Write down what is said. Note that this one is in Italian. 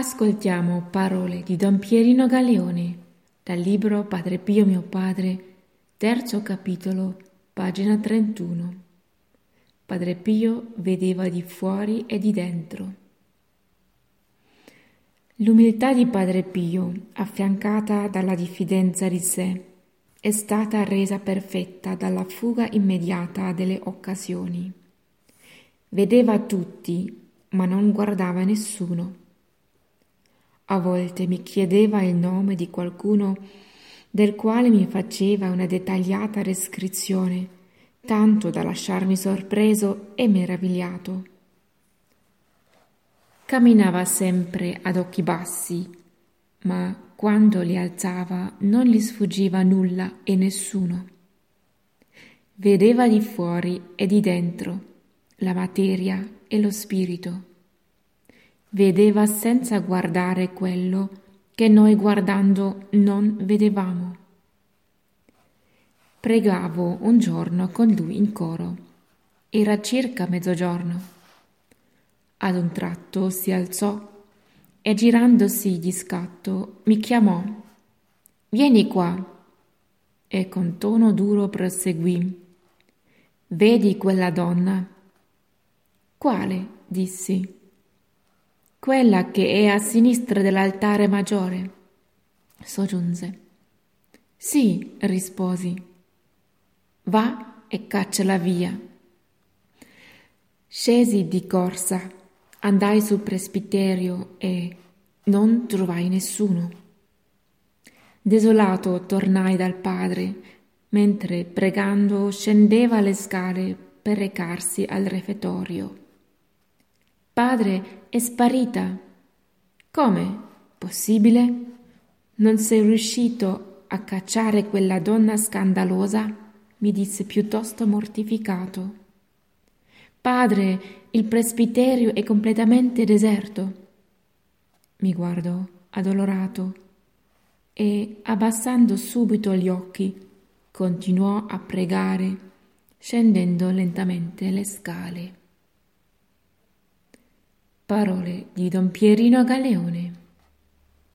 Ascoltiamo parole di Don Pierino Galeone dal libro Padre Pio mio padre, terzo capitolo, pagina 31. Padre Pio vedeva di fuori e di dentro. L'umiltà di Padre Pio, affiancata dalla diffidenza di sé, è stata resa perfetta dalla fuga immediata delle occasioni. Vedeva tutti, ma non guardava nessuno. A volte mi chiedeva il nome di qualcuno del quale mi faceva una dettagliata descrizione, tanto da lasciarmi sorpreso e meravigliato. Camminava sempre ad occhi bassi, ma quando li alzava non gli sfuggiva nulla e nessuno. Vedeva di fuori e di dentro, la materia e lo spirito. Vedeva senza guardare quello che noi guardando non vedevamo. Pregavo un giorno con lui in coro. Era circa mezzogiorno. Ad un tratto si alzò e girandosi di scatto mi chiamò. «Vieni qua!» E con tono duro proseguì. «Vedi quella donna?» «Quale?» dissi. «Quella che è a sinistra dell'altare maggiore», soggiunse. «Sì», risposi. «Va e cacciala via». Scesi di corsa, andai sul presbiterio e non trovai nessuno. Desolato tornai dal padre, mentre pregando scendeva le scale per recarsi al refettorio. «Padre, è sparita». «Come? Possibile? Non sei riuscito a cacciare quella donna scandalosa?» mi disse piuttosto mortificato. «Padre, il presbiterio è completamente deserto». Mi guardò addolorato e, abbassando subito gli occhi, continuò a pregare, scendendo lentamente le scale. Parole di Don Pierino Galeone.